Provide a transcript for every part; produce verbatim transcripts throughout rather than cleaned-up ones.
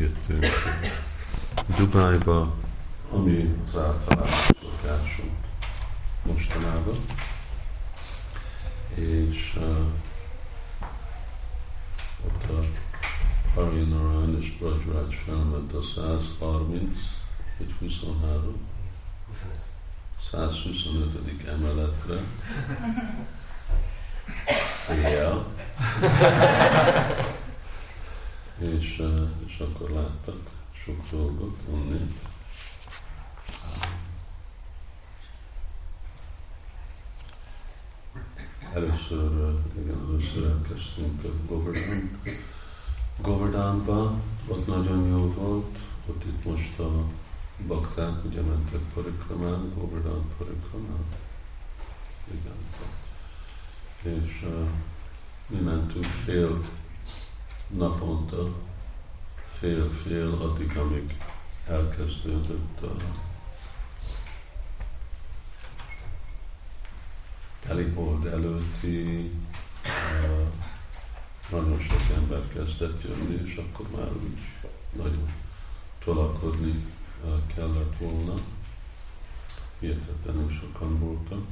jöttünk Dubájba, ami az általános szokásunk mostanában, és uh, ott a Hari Narayan és Brajraj felment a száz harminc vagy huszonhárom száz huszonötödik emeletre éjjel, és, uh, és akkor láttak sok dolgot onnét. Először, igen, először elkezdtünk a Govardhan. Govardhanba, ott nagyon jó volt, ott itt most a bakták ugye mentek parikramán, Govardhan parikramán. Igen. És uh, mi mentünk fél naponta, fél-fél addig, amíg elkezdődött a Kalihold előtti uh, nagyon sok ember kezdett jönni, és akkor már úgy nagyon tolakodni uh, kellett volna. Hihetetlenül sokan voltak.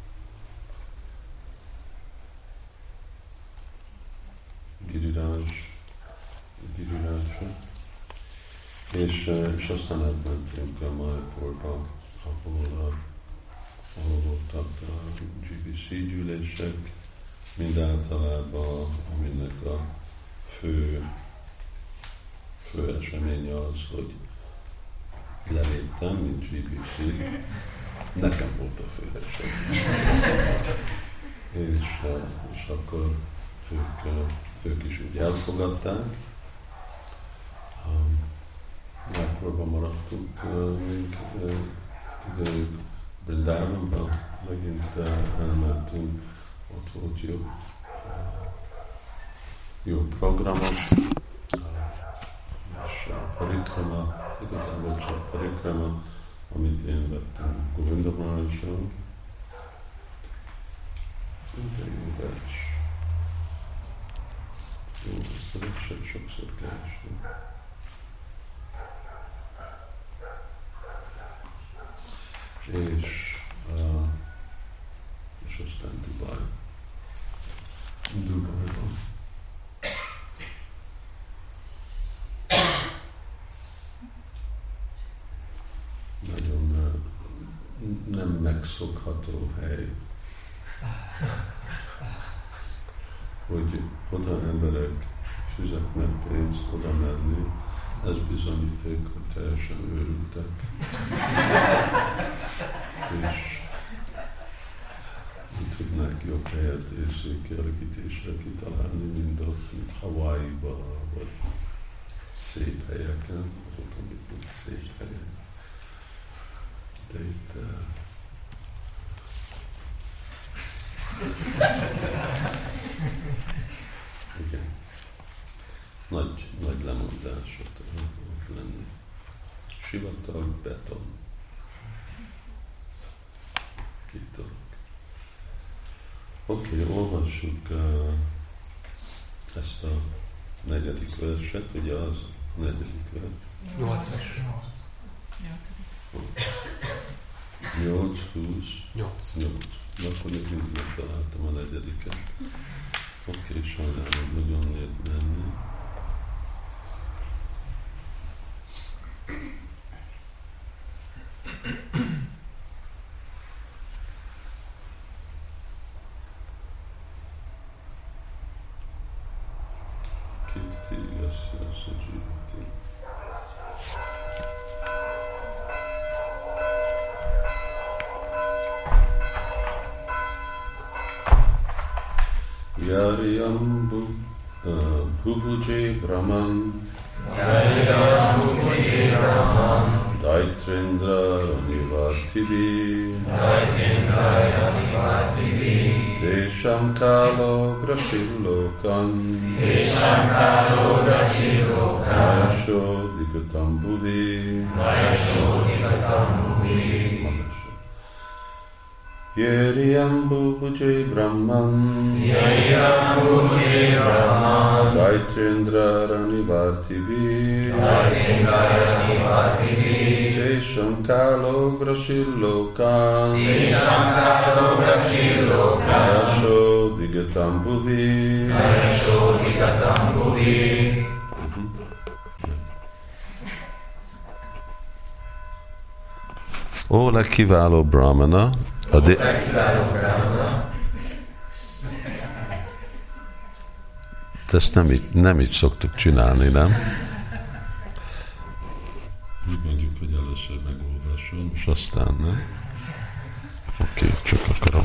Giriraj, Girirajra. És, uh, és aztán elmentünk a Mayapurba, ahol uh, ahol voltak a gé bé cé gyűlések, mind általában, aminek a fő, fő eseménye az, hogy leléptem, mint gé bé cé. Nekem volt a fő esemény. és, és akkor ők, ők is úgy elfogadták. Mákorban maradtunk még időig. Brindában megint elmentünk, ott volt jó, jó programok, és a parikrama, igazából csak parikrama, amit én vettem Govinda Maharajtól. De jó vers. Jó visszaversek, sokszor kerestem. És, uh, és aztán Dubaj. Dubajban. Nagyon uh, nem megszokható hely, hogy oda emberek fizetnek pénzt oda menni, ez bizonyíték, hogy teljesen őrültek. És nem tudnák jobb helyet érzékelgetésre kitalálni, mint ott, mint Hawaii-ba, vagy szép helyeken, ott, amit mint szép helyen. De itt uh... igen. Nagy, nagy lemondás ott lenni. Sivatag, beton. Kitok. Oké, okay, olvassuk uh, ezt a negyedik verset, ugye az a negyedik vers. Nyolcas. Nyolc, húsz. Nyolc. Nyolc. Na, akkor még mindig megtaláltam a negyediket. Oké, okay, sajnálom, nagyon lép menni. Kirti, yasya, sajivati. Yariyambu Bhubuje Brahman Yariyambuje Brahman Daitrendra Nivartivi Daitrendra Nivartivi Desham Kalo Grashillokan Desham Kalo Grashillokan Mayasho Dikatam Bhuvi Mayasho Dikatam Bhuvi Yeriyambu Bujay Brahman Yeriyambu Bujay Brahman Gaitrendra Ranivartivi Gaitrendra Tesham Kalo Grashilloka Tesham Kalo Grashilloka Asho Digatam Bhuvi Asho Digatam Bhuvi. Ó legkiváló brahmana, a dé... ezt nem így, nem így szoktuk csinálni, nem? Úgy mondjuk, hogy először megolvasom, és aztán nem. Oké, okay, csak akarom.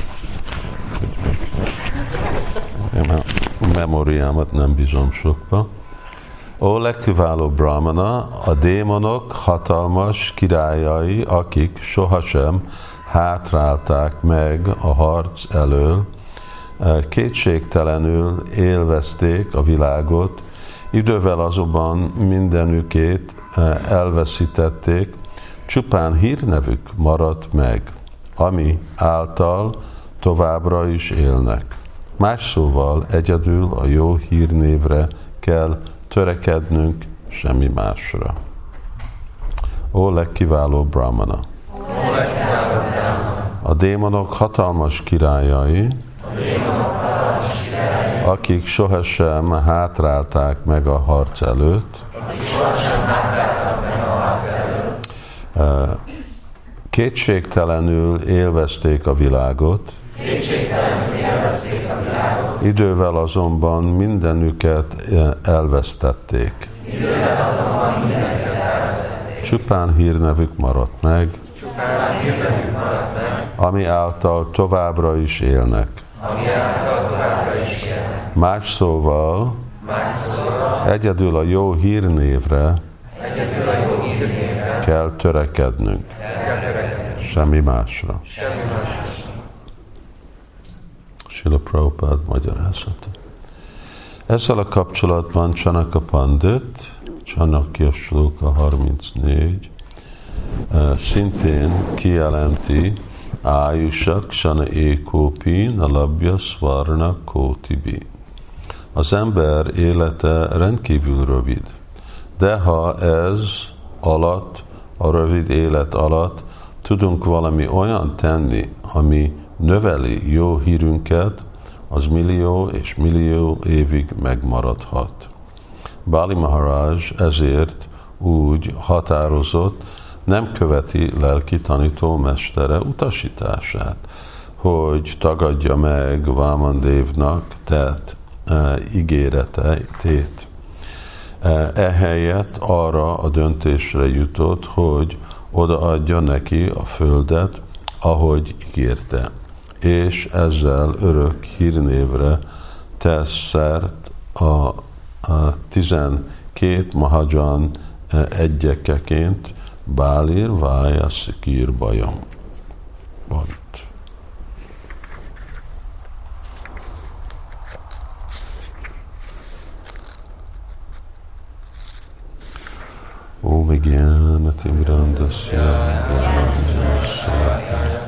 Én a memóriámat nem bízom sokba. Ó legkiváló brahmana, a démonok hatalmas királyai, akik sohasem hátrálták meg a harc elől, kétségtelenül élvezték a világot, idővel azonban mindenükét elveszítették, csupán hírnevük maradt meg, ami által továbbra is élnek. Más szóval egyedül a jó hírnévre kell törekednünk, semmi másra. Ó legkiváló brahmana! A démonok hatalmas királyai, akik sohasem hátrálták meg a harc előtt, kétségtelenül élvezték a világot, idővel azonban mindenüket elvesztették. Csupán hírnevük maradt meg, ami által továbbra is élnek. Más szóval, egyedül a jó hírnévre kell törekednünk. Semmi másra. Srila Prabhupád magyarázata. Ezzel a kapcsolatban Csanaka Pandit, Csanakya Sloka harmincnégy, szintén kijelenti Ájusak Sana Ékópi Nalabja Svarna Kótibi. Az ember élete rendkívül rövid, de ha ez alatt, a rövid élet alatt tudunk valami olyan tenni, ami növeli jó hírünket, az millió és millió évig megmaradhat. Bali Maharaj ezért úgy határozott, nem követi lelki tanítómestere utasítását, hogy tagadja meg Vámandévnak tett e, ígéretét. E, ehelyett arra a döntésre jutott, hogy odaadja neki a földet, ahogy ígérte, és ezzel örök hírnévre tesz szert a, a tizenkét Mahajan egyekeként, Bálir Vája Szikír Bajam. Bant. Ó Vigyánati Mirandasya Gyananjasya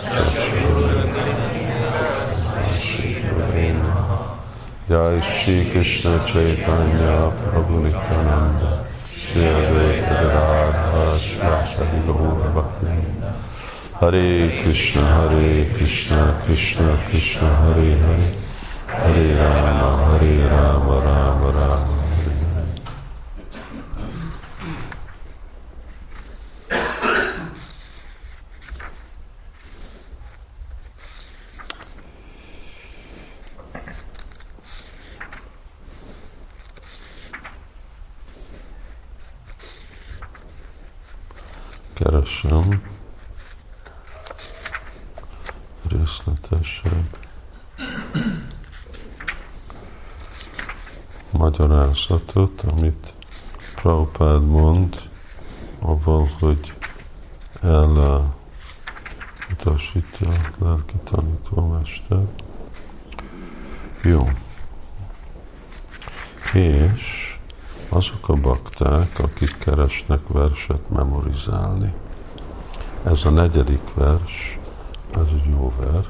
Jai Shri Krishna Chaitanya Prabhu Nityananda Shri Advaita Gadadhara Shivasadi Gaura Bhaktivinoda Hare Krishna Hare Krishna Krishna Krishna Hare Hare Hare Rama Hare Rama Rama Rama keresem részletesebb magyarázatot, amit Prabhupád mond, avval, hogy elutasítja a lelki tanítómester. Jó. És azok a bakták, akik keresnek verset memorizálni. Ez a negyedik vers, Ez egy jó vers.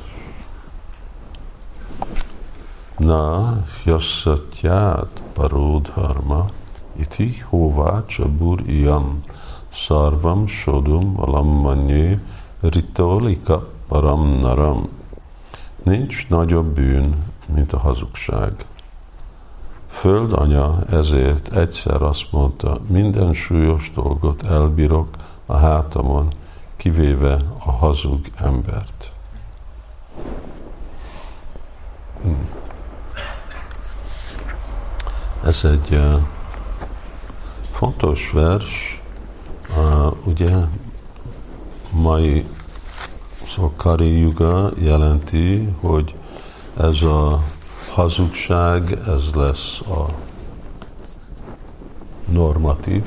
Na, jasszatyát parodharma, iti hovácsa bur iyam, szarvam sodum alammanyé, ritolika param naram. Nincs nagyobb bűn, mint a hazugság. Föld anya ezért egyszer azt mondta, minden súlyos dolgot elbírok a hátamon, kivéve a hazug embert. Hmm. Ez egy uh, fontos vers, uh, ugye mai szóval Kali Yuga jelenti, hogy ez a hazugság, ez lesz a normatív,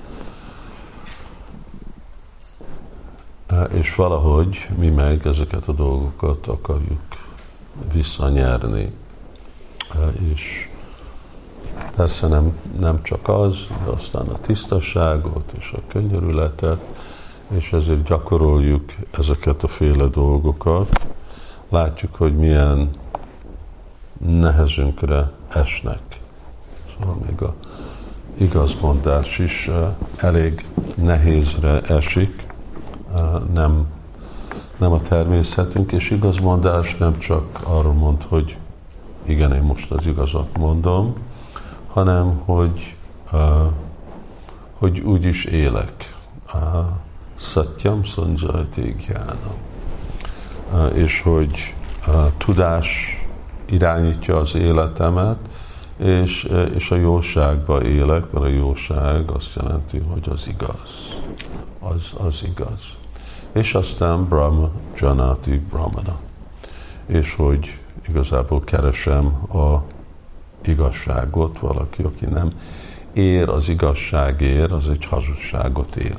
és valahogy mi meg ezeket a dolgokat akarjuk visszanyerni. És persze nem, nem csak az, de aztán a tisztaságot és a könyörületet, és ezért gyakoroljuk ezeket a féle dolgokat. Látjuk, hogy milyen nehezünkre esnek. Szóval még a igazmondás is elég nehézre esik, nem, nem a természetünk, és igazmondás nem csak arról mond, hogy igen, én most az igazat mondom, hanem hogy, hogy úgy is élek. Satyam sanjayati gyánam. És hogy tudás irányítja az életemet, és, és a jóságba élek, mert a jóság azt jelenti, hogy az igaz. Az, az igaz. És aztán Brahma Janati Brahmana. És hogy igazából keresem a igazságot, valaki, aki nem ér az igazságért, az egy hazugságot él.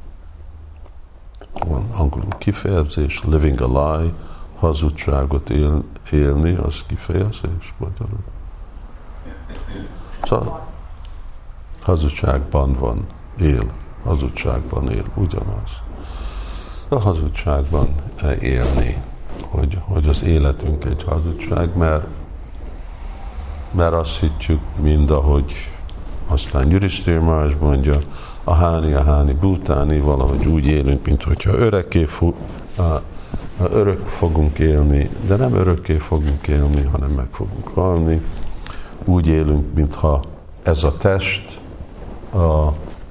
Van angolul kifejezés, living a lie, hazugságot él, élni, az kifejezés magyarul. Szóval hazugságban van, él, hazugságban él, ugyanaz. A hazugságban élni, hogy, hogy az életünk egy hazugság, mert, mert azt hittjük, mind ahogy aztán Yudhishthira Maharaj mondja, a háni, a háni, bútáni, valahogy úgy élünk, mint hogyha örökké, fu, a, a örök fogunk élni, de nem örökké fogunk élni, hanem meg fogunk halni. Úgy élünk, mintha ez a test a,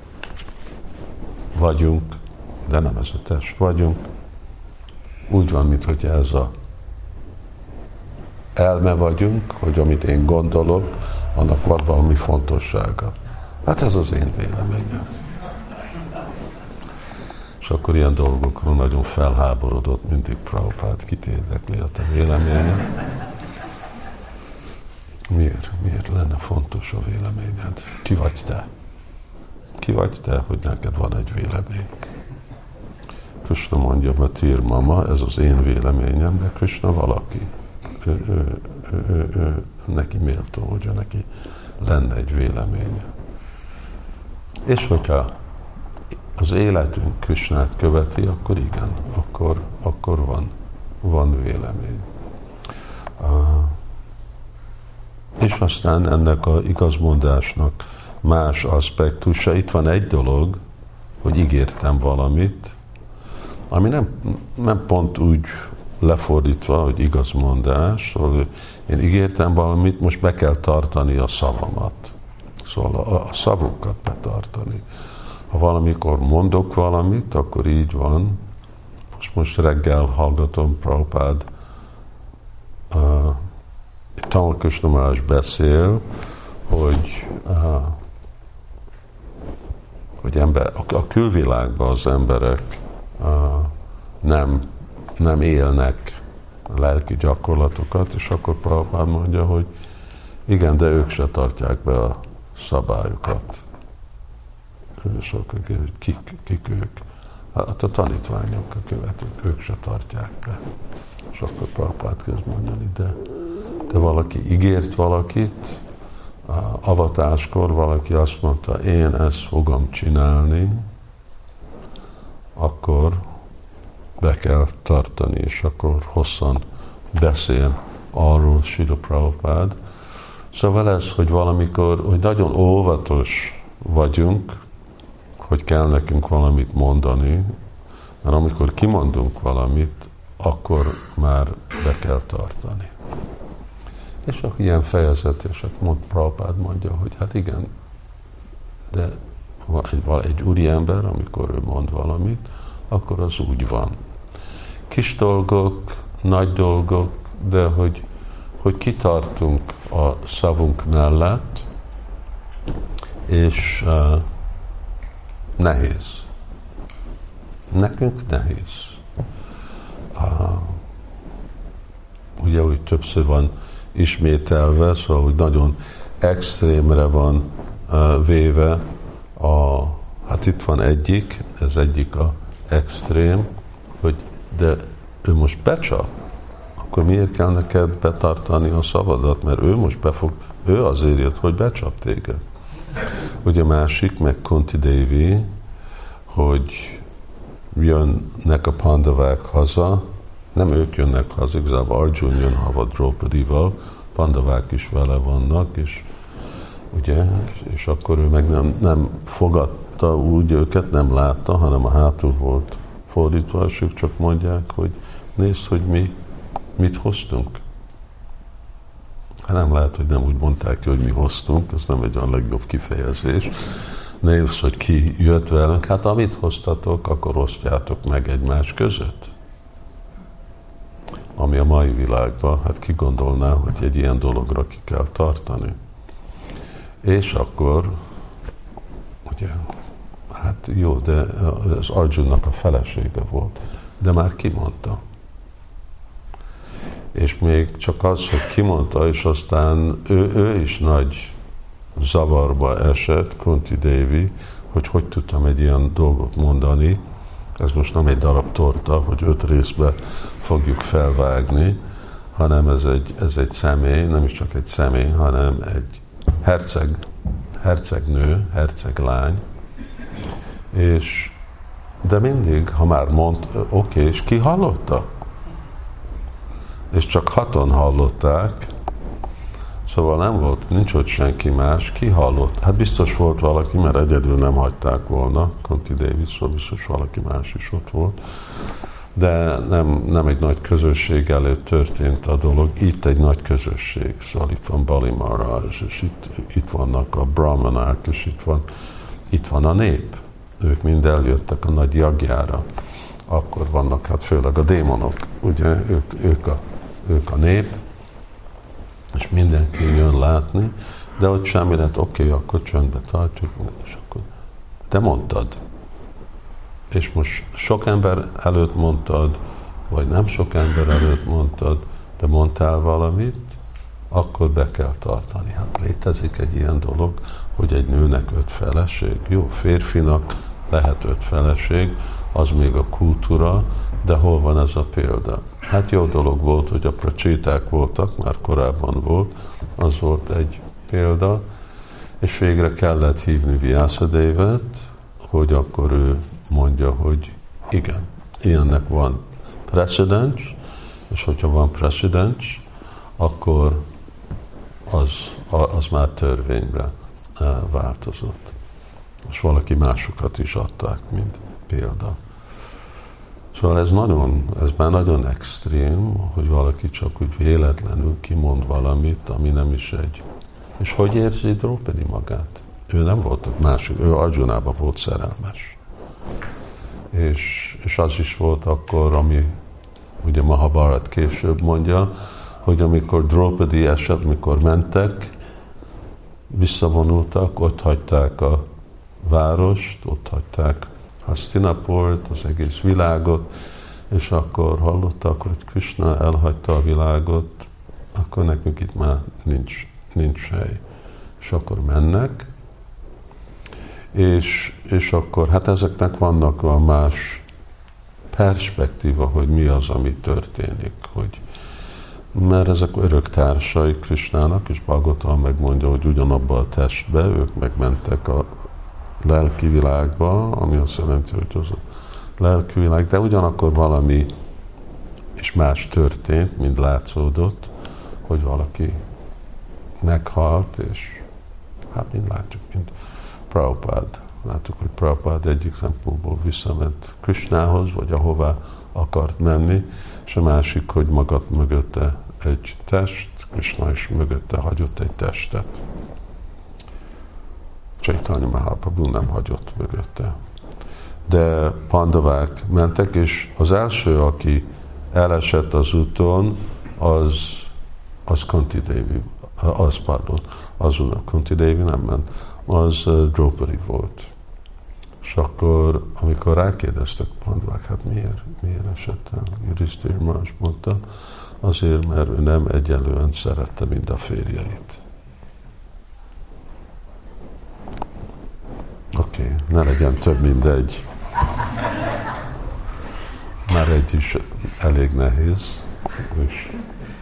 vagyunk, de nem ez a test vagyunk. Úgy van, mintha ez a elme vagyunk, hogy amit én gondolok, annak van valami fontossága. Hát ez az én véleményem. És akkor ilyen dolgokról nagyon felháborodott mindig Prabhupád, kit érdekli a te véleményed. Miért? Miért lenne fontos a véleményed? Ki vagy te? Ki vagy te, hogy neked van egy vélemény? Krishna mondja, Matir Mama, ez az én véleményem, de Krishna valaki. Ő, ő, ő, ő, ő, neki méltó, hogy neki lenne egy véleménye. És hogyha az életünk Krishnát követi, akkor igen, akkor, akkor van, van vélemény. Uh, és aztán ennek az igazmondásnak más aspektusa. Itt van egy dolog, hogy ígértem valamit, ami nem, nem pont úgy lefordítva, hogy igazmondás, szóval én ígértem valamit, most be kell tartani a szavamat. Szóval a, a szavokat betartani. Ha valamikor mondok valamit, akkor így van. Most, most reggel hallgatom Prabhupád, uh, Tamal Krishna Maharaj beszél, hogy, uh, hogy ember, a, a külvilágban az emberek uh, nem, nem élnek lelki gyakorlatokat, és akkor Prabhupád mondja, hogy igen, de ők se tartják be a szabályokat. És akkor kik, kik ők? Hát a tanítványok, a követők, ők se tartják be. És akkor Prabhupád kezd mondani, de, de valaki ígért valakit, avatáskor valaki azt mondta, én ezt fogom csinálni, akkor be kell tartani, és akkor hosszan beszél arról Srila Prabhupád. Szóval ez, hogy valamikor, hogy nagyon óvatos vagyunk, hogy kell nekünk valamit mondani, mert amikor kimondunk valamit, akkor már be kell tartani. És akkor ilyen fejezetések mond, Prabhupád mondja, hogy hát igen, de egy, egy úriember, amikor ő mond valamit, akkor az úgy van. Kis dolgok, nagy dolgok, de hogy, hogy kitartunk a szavunk mellett, és uh, nehéz. Nekünk nehéz. Uh, ugye úgy többször van ismételve, szóval hogy nagyon extrémre van uh, véve a, hát itt van egyik, ez egyik a extrém, hogy de ő most becsap, akkor miért kell neked betartani a szavadat, mert ő most befog, ő azért jött, hogy becsap téged. Ugye másik, meg Kunti Devi, hogy jönnek a pandavák haza, nem ők jönnek haza, igazából Arjun jön haza Draupadival, pandavák is vele vannak, és ugye, és akkor ő meg nem, nem fogadta úgy őket, nem látta, hanem a hátul volt fordítva, és ők csak mondják, hogy nézd, hogy mi mit hoztunk. Hát nem lehet, hogy nem úgy mondták ki, hogy mi hoztunk, ez nem egy olyan legjobb kifejezés. Nézd, hogy ki jött velünk, hát amit hoztatok, akkor osztjátok meg egymás között. Ami a mai világban, hát ki gondolná, hogy egy ilyen dologra ki kell tartani. És akkor, ugye, hát jó, de az Arjunnak a felesége volt, de már kimondta. És még csak az, hogy kimondta, és aztán ő, ő is nagy zavarba esett, Kunti Devi, hogy hogy tudtam egy ilyen dolgot mondani. Ez most nem egy darab torta, hogy öt részbe fogjuk felvágni, hanem ez egy, ez egy személy, nem is csak egy személy, hanem egy herceg, hercegnő, herceglány. És, de mindig, ha már mond, oké, okay, és ki hallotta? És csak haton hallották, szóval nem volt, nincs ott senki más, ki hallott? Hát biztos volt valaki, mert egyedül nem hagyták volna, Kunti Devi, szóval biztos valaki más is ott volt, de nem, nem egy nagy közösség előtt történt a dolog, itt egy nagy közösség, szóval itt van Bali Maharaj, és itt, itt vannak a brahmanák, és itt van, itt van a nép, ők mind eljöttek a nagy jagjára, akkor vannak hát főleg a démonok, ugye ők, ők, a, ők a nép, és mindenki jön látni, de ott semmi lett, oké, okay, akkor csöndbe tartjuk, és akkor te mondtad. És most sok ember előtt mondtad, vagy nem sok ember előtt mondtad, de mondtál valamit, akkor be kell tartani. Hát létezik egy ilyen dolog, hogy egy nőnek öt feleség. Jó, férfinak lehet öt feleség, az még a kultúra, de hol van ez a példa? Hát jó dolog volt, hogy a pracséták voltak, már korábban volt, az volt egy példa, és végre kellett hívni Vyasadévet, hogy akkor ő mondja, hogy igen, ilyennek van precedens, és hogyha van precedens, akkor az, az már törvényre változott. És valaki másokat is adták, mint példa. Szóval ez, nagyon, ez már nagyon extrém, hogy valaki csak úgy véletlenül kimond valamit, ami nem is egy. És hogy érzi Draupadi magát? Ő nem volt másik, ő Arjunába volt szerelmes. És, és az is volt akkor, ami ugye Mahabharat később mondja, hogy amikor Draupadi esett, mikor mentek, visszavonultak, ott hagyták a várost, ott hagyták Hastinapurt, az egész világot, és akkor hallottak, hogy Krishna elhagyta a világot, akkor nekünk itt már nincs, nincs hely. És akkor mennek, és, és akkor hát ezeknek vannak a más perspektíva, hogy mi az, ami történik, hogy mert ezek örök társai Krishnának, és Bhagavatam megmondja, hogy ugyanabba a testbe ők megmentek a lelki világba, ami azt jelenti, hogy az a lelki világ, de ugyanakkor valami és más történt, mint látszódott, hogy valaki meghalt, és hát mind látjuk, mint Prabhupád. Látjuk, hogy Prabhupád egyik szempontból visszament Krishnához, vagy ahová akart menni, és a másik, hogy magad mögötte egy test, Krishna is mögötte hagyott egy testet. Chaitanya Mahaprabhu nem hagyott mögötte. De Pandavák mentek, és az első, aki elesett az úton, az, az Kunti Devi, az, pardon, azon Kunti Devi nem ment, az uh, Draupadi volt. És akkor, amikor rákérdeztek Pandavák, hát miért, miért esett el? Yudhishthira Maharaj mondta, azért, mert ő nem egyenlően szerette mind a férjeit. Oké, okay, ne legyen több mint egy. Már egy is elég nehéz. És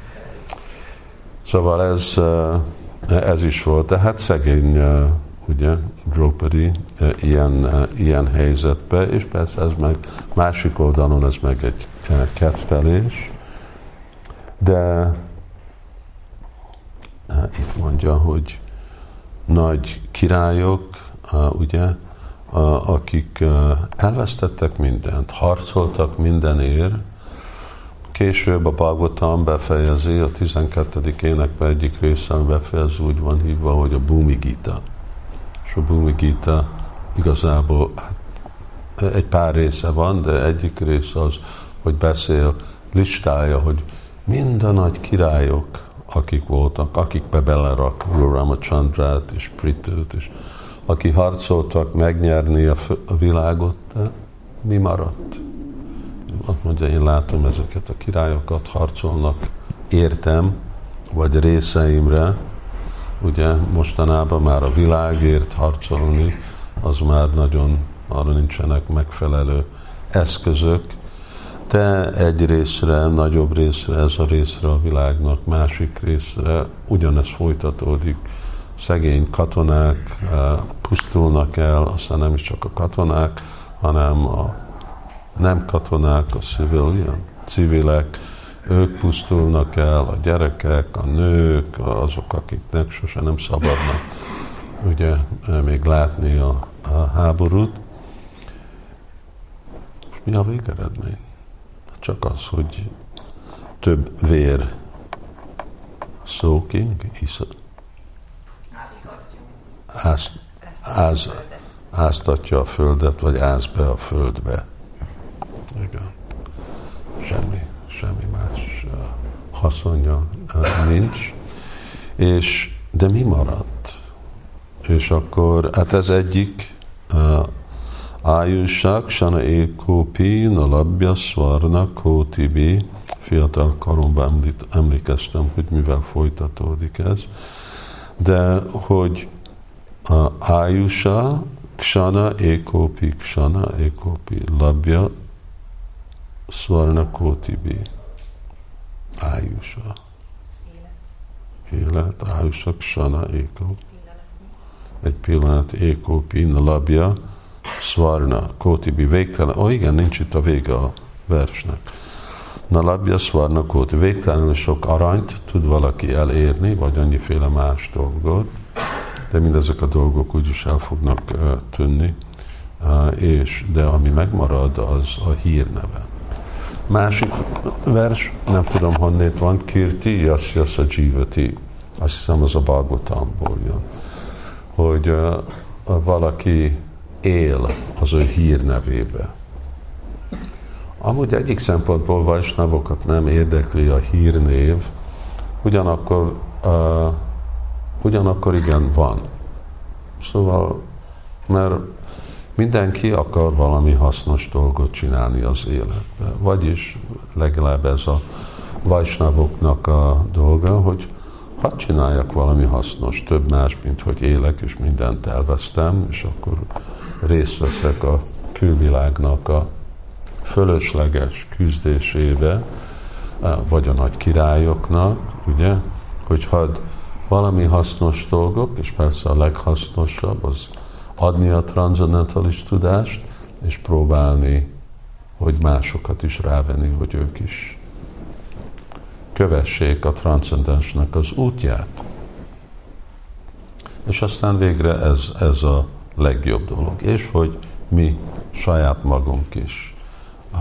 szóval ez, ez is volt. Tehát szegény, ugye, Draupadi ilyen, ilyen helyzetben, és persze ez meg másik oldalon ez meg egy kettelés. De itt mondja, hogy nagy királyok, ugye, akik elvesztettek mindent, harcoltak mindenért. Később a Bhagavatam befejezi, a tizenkettedik énekben egyik részen befejez, úgy van hívva, hogy a Bhumi Gita. És a Bhumi Gita igazából hát, egy pár része van, de egyik része az, hogy beszél, listája, hogy minden nagy királyok, akik voltak, akikbe belerak Ramachandrát és Pritút, és aki harcoltak megnyerni a, a világot, de mi maradt? Azt mondja, én látom ezeket a királyokat harcolnak, értem, vagy részeimre, ugye mostanában már a világért harcolni, az már nagyon, arra nincsenek megfelelő eszközök, de egy részre, nagyobb részre, ez a részre a világnak, másik részre ugyanez folytatódik. Szegény katonák pusztulnak el, aztán nem is csak a katonák, hanem a nem katonák, a civilian, civilek, ők pusztulnak el, a gyerekek, a nők, azok, akiknek sose nem szabadnak ugye még látni a, a háborút. És mi a végeredmény? Csak az, hogy több vér. Soaking, Áz, áz, áztatja a földet, vagy áz be a földbe. Igen. Semmi, semmi más uh, haszonja uh, nincs. És, de mi maradt? És akkor, hát ez egyik uh, Ájusak, Sana Ékópi, Nalabja, Svarna, Kótibi. Fiatal koromban emlékeztem, hogy mivel folytatódik ez. De hogy a Ájusa, Ksana, Ékópi, Ksana, Ékópi, Labja, Svarna, Kótibi. Ájusa. Élet, Ájusa, Ksana, Ékópi. Egy pillanat, Ékópi, Labja, Svarna, Kótibi, végtelen. Ó, oh, igen, nincs itt a vége a versnek. Nalabja, Svarna, Kótibi. Végtelenül sok aranyt tud valaki elérni, vagy annyiféle más dolgot, de mindezek a dolgok úgyis el fognak uh, tűnni, uh, és, de ami megmarad, az a hírneve. Másik vers, nem tudom honnét van, Kirti, Yasya Sajivati. Azt hiszem, az a Bhagavatamból jön. Hogy uh, valaki él az ő hírnevébe. Amúgy egyik szempontból vajsnavokat nem érdekli a hírnév, ugyanakkor, uh, ugyanakkor igen van. Szóval, mert mindenki akar valami hasznos dolgot csinálni az életben. Vagyis legalább ez a vajsnavoknak a dolga, hogy hadd csináljak valami hasznos, több más, mint hogy élek, és mindent elvesztem, és akkor részt veszek a külvilágnak a fölösleges küzdésébe, vagy a nagy királyoknak, ugye, hogy hadd valami hasznos dolgok, és persze a leghasznosabb az adni a transzendentális tudást, és próbálni hogy másokat is rávenni, hogy ők is kövessék a transzcendensnek az útját. És aztán végre ez, ez a legjobb dolog. És hogy mi saját magunk is uh,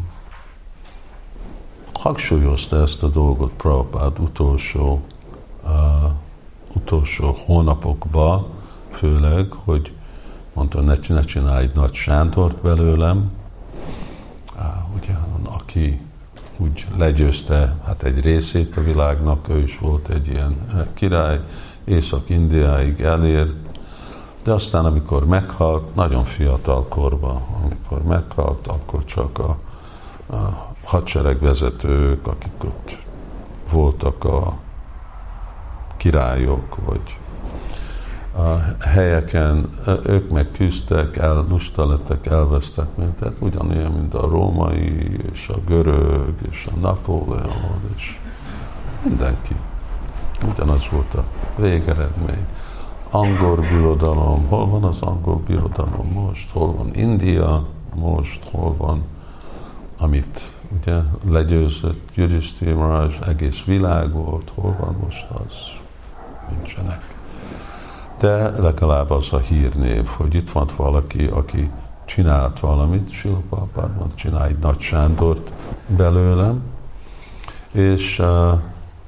hangsúlyozta ezt a dolgot Prabhupád utolsó, uh, utolsó hónapokban, főleg, hogy mondta, ne, ne csinálj nagy Sándort belőlem, uh, ugye, aki úgy legyőzte hát egy részét a világnak, ő is volt egy ilyen király, Észak-Indiáig elért, de aztán, amikor meghalt, nagyon fiatal korban, amikor meghalt, akkor csak a, a hadseregvezetők, akik ott voltak a királyok, vagy a helyeken, ők meg küzdtek, el, lusta lettek, elvesztek, tehát ugyanilyen, mint a római, és a görög, és a Napóleon, és mindenki. Ugyanaz volt a végeredmény. Angol birodalom, hol van az angol birodalom most, hol van India most, hol van, amit ugye legyőzött Yudhishthira Maharaj, egész világ volt, hol van most az, nincsenek. De legalább az a hírnév, hogy itt van valaki, aki csinált valamit, Srila Prabhupád mondta, csinálj egy Nagy Sándort belőlem, és uh,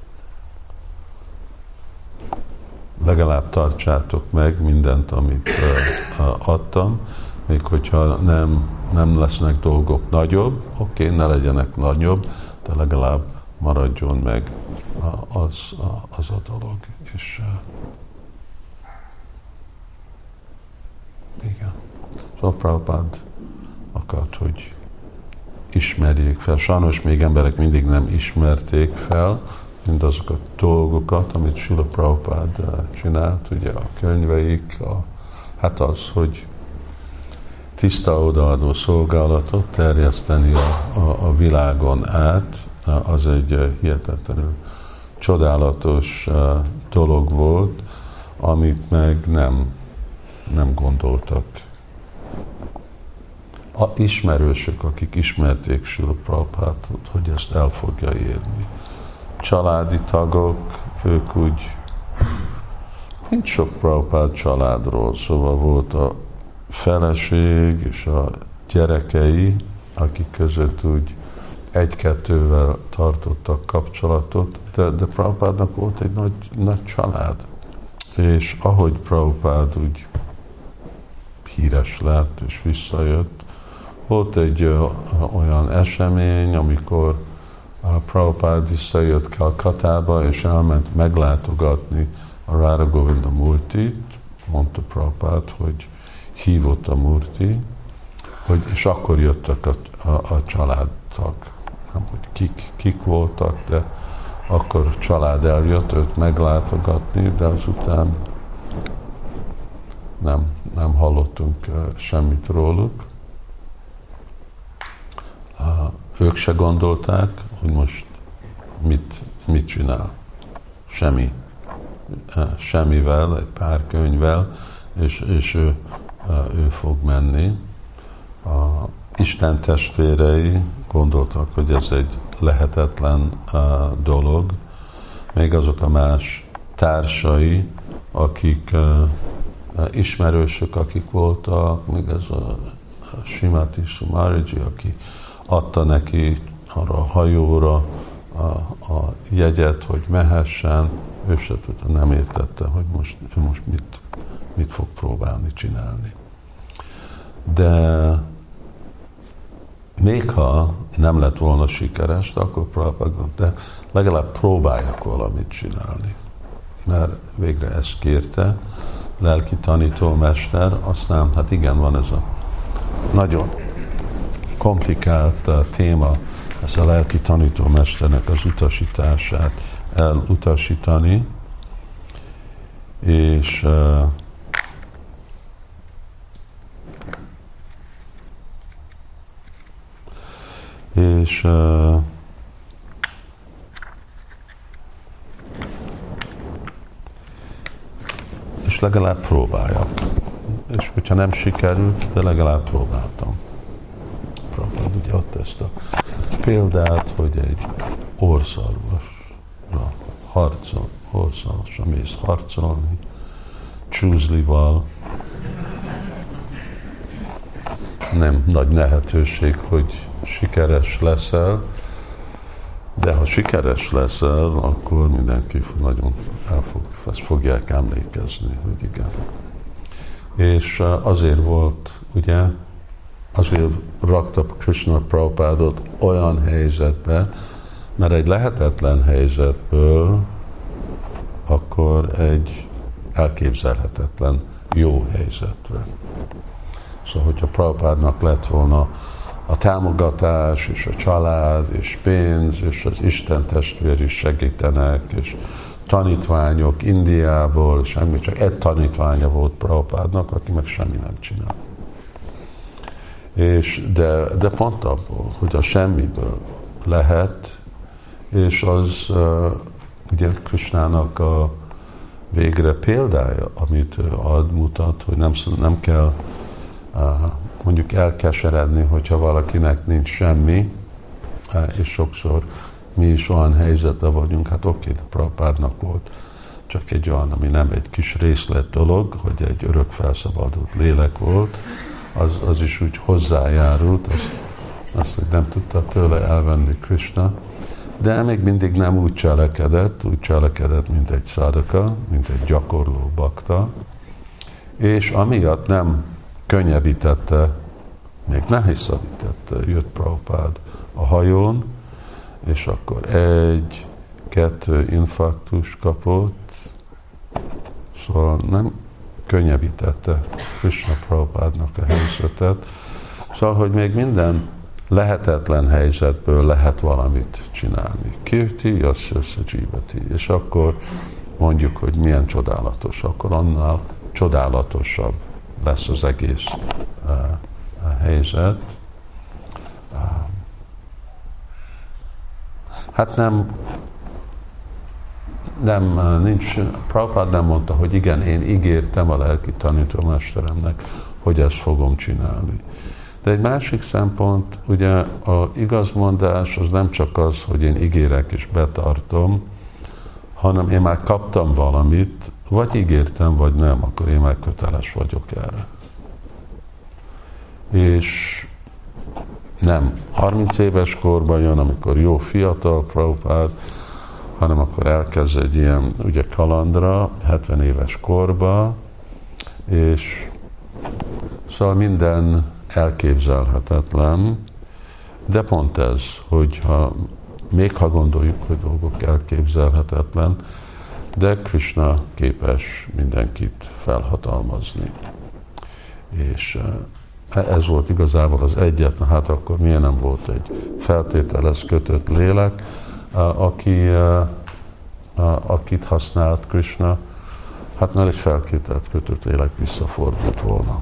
legalább tartsátok meg mindent, amit uh, adtam, még hogyha nem, nem lesznek dolgok nagyobb, oké, okay, ne legyenek nagyobb, de legalább maradjon meg uh, az, uh, az a dolog. És, uh, igen. Szóval Prabhupád akart, hogy ismerjék fel. Sajnos még emberek mindig nem ismerték fel mindazok a dolgokat, amit Srila Prabhupád csinált, ugye a könyveik, a, hát az, hogy tiszta odaadó szolgálatot terjeszteni a, a, a világon át, az egy hihetetlenül csodálatos dolog volt, amit meg nem, nem gondoltak. A ismerősök, akik ismerték Srila Prabhupádot, hogy ezt el fogja érni. Családi tagok, ők úgy, nincs sok Prabhupád családról, szóval volt a feleség és a gyerekei, akik között úgy egy-kettővel tartottak kapcsolatot, de, de Prabhupádnak volt egy nagy, nagy család. És ahogy Prabhupád úgy híres lett és visszajött, volt egy ö, olyan esemény, amikor a Prabhupád visszajött Kalkatába, és elment meglátogatni a Radha Govinda Murtit, mondta Prabhupád, hogy hívott a Murti, hogy, és akkor jöttek a, a, a családtag. Nem, hogy kik, kik voltak, de akkor a család eljött őt meglátogatni, de azután nem, nem hallottunk uh, semmit róluk. Uh, ők se gondolták, hogy most mit, mit csinál. Semmi. Uh, semmivel, egy pár könyvvel, és, és ő, uh, ő fog menni. A Isten testvérei gondoltak, hogy ez egy lehetetlen uh, dolog. Még azok a más társai, akik uh, ismerősök, akik voltak, még ez a Srimati Sumariji, aki adta neki arra a hajóra a, a jegyet, hogy mehessen, ő se tudta, nem értette, hogy most, ő most mit, mit fog próbálni csinálni. De még ha nem lett volna sikeres, akkor Prabhupád, de legalább próbáljak valamit csinálni. Mert végre ezt kérte, lelki tanítómester, aztán, hát igen, van ez a nagyon komplikált uh, téma, ez a lelki tanítómesternek az utasítását elutasítani, és uh, és uh, és legalább próbáljak. És hogyha nem sikerült, de legalább próbáltam. Próbáltam. ugye ott ezt a példát, hogy egy orszarvasra harcol, orszarvasra mész harcolni, csúzlival, nem nagy lehetőség, hogy sikeres leszel, de ha sikeres leszel, akkor mindenki nagyon el fog, ezt fogják emlékezni, hogy igen. És azért volt, ugye, azért rakta Krishna Prabhupádot olyan helyzetbe, mert egy lehetetlen helyzetből akkor egy elképzelhetetlen jó helyzetre. Szóval, hogyha Prabhupádnak lett volna a támogatás, és a család, és pénz, és az Isten testvér is segítenek, és tanítványok Indiából, semmi, csak egy tanítványa volt Prabhupádnak, aki meg semmi nem csinál. És de, de pont abból, hogy a semmiből lehet, és az uh, ugye Krishnának a végre példája, amit ő ad, mutat, hogy nem, nem kell uh, mondjuk elkeseredni, hogyha valakinek nincs semmi, uh, és sokszor mi is olyan helyzetben vagyunk, hát oké, de Prabhupádnak volt csak egy olyan, ami nem egy kis részlet dolog, hogy egy örök felszabadult lélek volt, az, az is úgy hozzájárult, azt, azt, hogy nem tudta tőle elvenni Krishna, de még mindig nem úgy cselekedett, úgy cselekedett, mint egy szádaka, mint egy gyakorló bakta, és amiatt nem könnyebbítette, még nehézszerítette, jött Prabhupád a hajón, és akkor egy, kettő infarktus kapott, szóval nem könnyebbítette Krishna Prabhupádnak a helyzetet. Szóval, hogy még minden lehetetlen helyzetből lehet valamit csinálni. Kirti, yasya sajivati. És akkor mondjuk, hogy milyen csodálatos, akkor annál csodálatosabb lesz az egész uh, a helyzet. Uh, hát nem nem, nincs, Prabhupád nem mondta, hogy igen, én ígértem a lelki tanítómesteremnek, hogy ezt fogom csinálni. De egy másik szempont, ugye az igazmondás az nem csak az, hogy én ígérek és betartom, hanem én már kaptam valamit, vagy ígértem, vagy nem, akkor én már köteles vagyok erre. És nem harminc éves korban jön, amikor jó fiatal Prabhupád, hanem akkor elkezd egy ilyen ugye kalandra, hetven éves korba, és szóval minden elképzelhetetlen, de pont ez, hogyha még ha gondoljuk, hogy dolgok elképzelhetetlen, de Krishna képes mindenkit felhatalmazni. És ez volt igazából az egyetlen, hát akkor milyen nem volt egy feltételez kötött lélek, aki, akit használt Krishna, hát már egy feltételt kötött lélek visszafordult volna.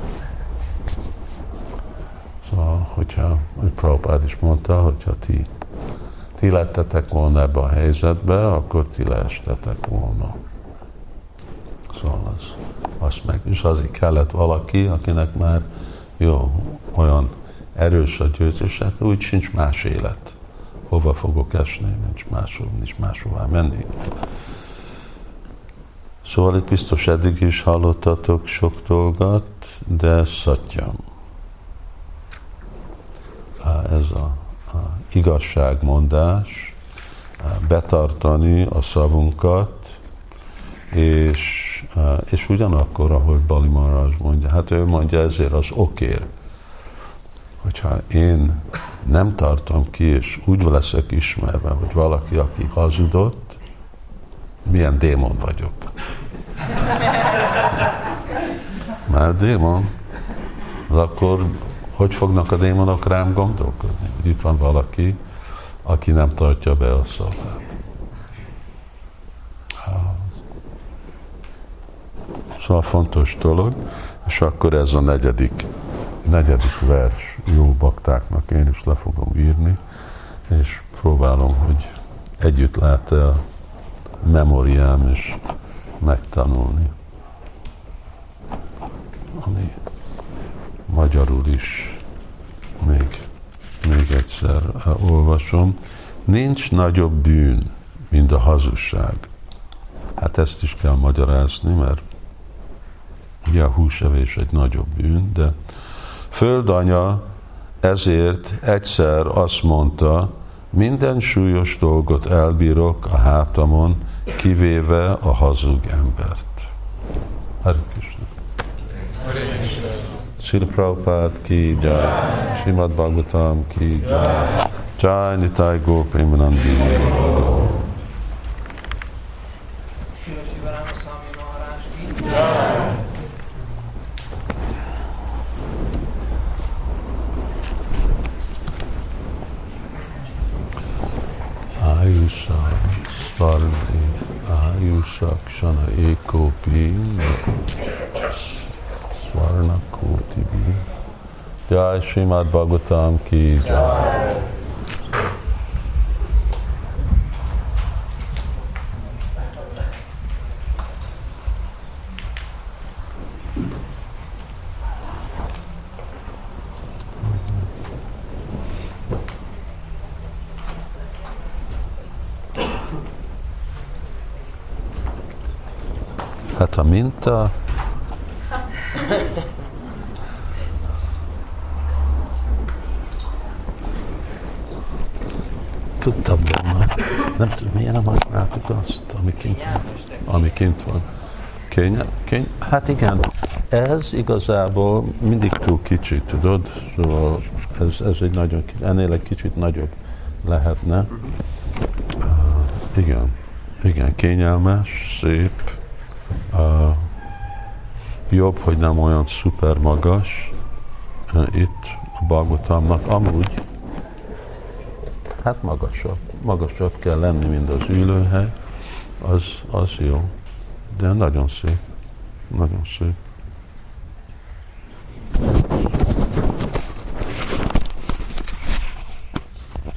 Szóval, hogyha Prabhupád is mondta, hogyha ti, ti lettetek volna ebbe a helyzetbe, akkor ti leestetek volna. Szóval az, az meg, és azért kellett valaki, akinek már jó, olyan erős a győzés, hát úgy sincs más élet. Hova fogok esni, nincs máshol, nincs máshová menni. Szóval itt biztos eddig is hallottatok sok dolgot, de Satyam. Ez a, a igazságmondás, betartani a szavunkat, és, és ugyanakkor, ahogy Bali Maharaj mondja, hát ő mondja ezért az okér, hogyha én nem tartom ki, és úgy leszek ismerve, hogy valaki, aki hazudott, milyen démon vagyok. Már démon, akkor hogy fognak a démonok rám gondolkodni? Hogy itt van valaki, aki nem tartja be a szavát. Szóval fontos dolog, és akkor ez a negyedik, negyedik vers jó baktáknak én is le fogom írni, és próbálom, hogy együtt lehet a memóriám is megtanulni, ami magyarul is még még egyszer olvasom. Nincs nagyobb bűn, mint a hazugság. Hát ezt is kell magyarázni, mert ugye a húsevés egy nagyobb bűn, de földanya ezért egyszer azt mondta, minden súlyos dolgot elbírok a hátamon, kivéve a hazug embert. Hare Krishna. Srila Prabhupada ki jai, Srimad Bhagavatam ki jai, Jai Nitai Gaur Premanandi. Srila Sivarama Swami Maharaj ki jai. Ayusha Svarti Ayusha Kshana Ekopi Svarna Kotibi. Jai Srimad Bhagavatam ki jai. Hát a minta tudtam volna, nem tudom, miért nem használtuk azt, ami kint van. Ami kint van. Kény, kény? Hát igen, ez igazából mindig túl kicsi, tudod? Szóval ez, ez egy nagyon, ennél egy kicsit nagyobb lehetne. Uh, igen, igen, kényelmes, szép. Uh, jobb, hogy nem olyan szuper magas uh, itt a Bhagavatamnak, amúgy hát magasabb, magasabb kell lenni, mint az ülőhely, az, az jó, de nagyon szép, nagyon szép.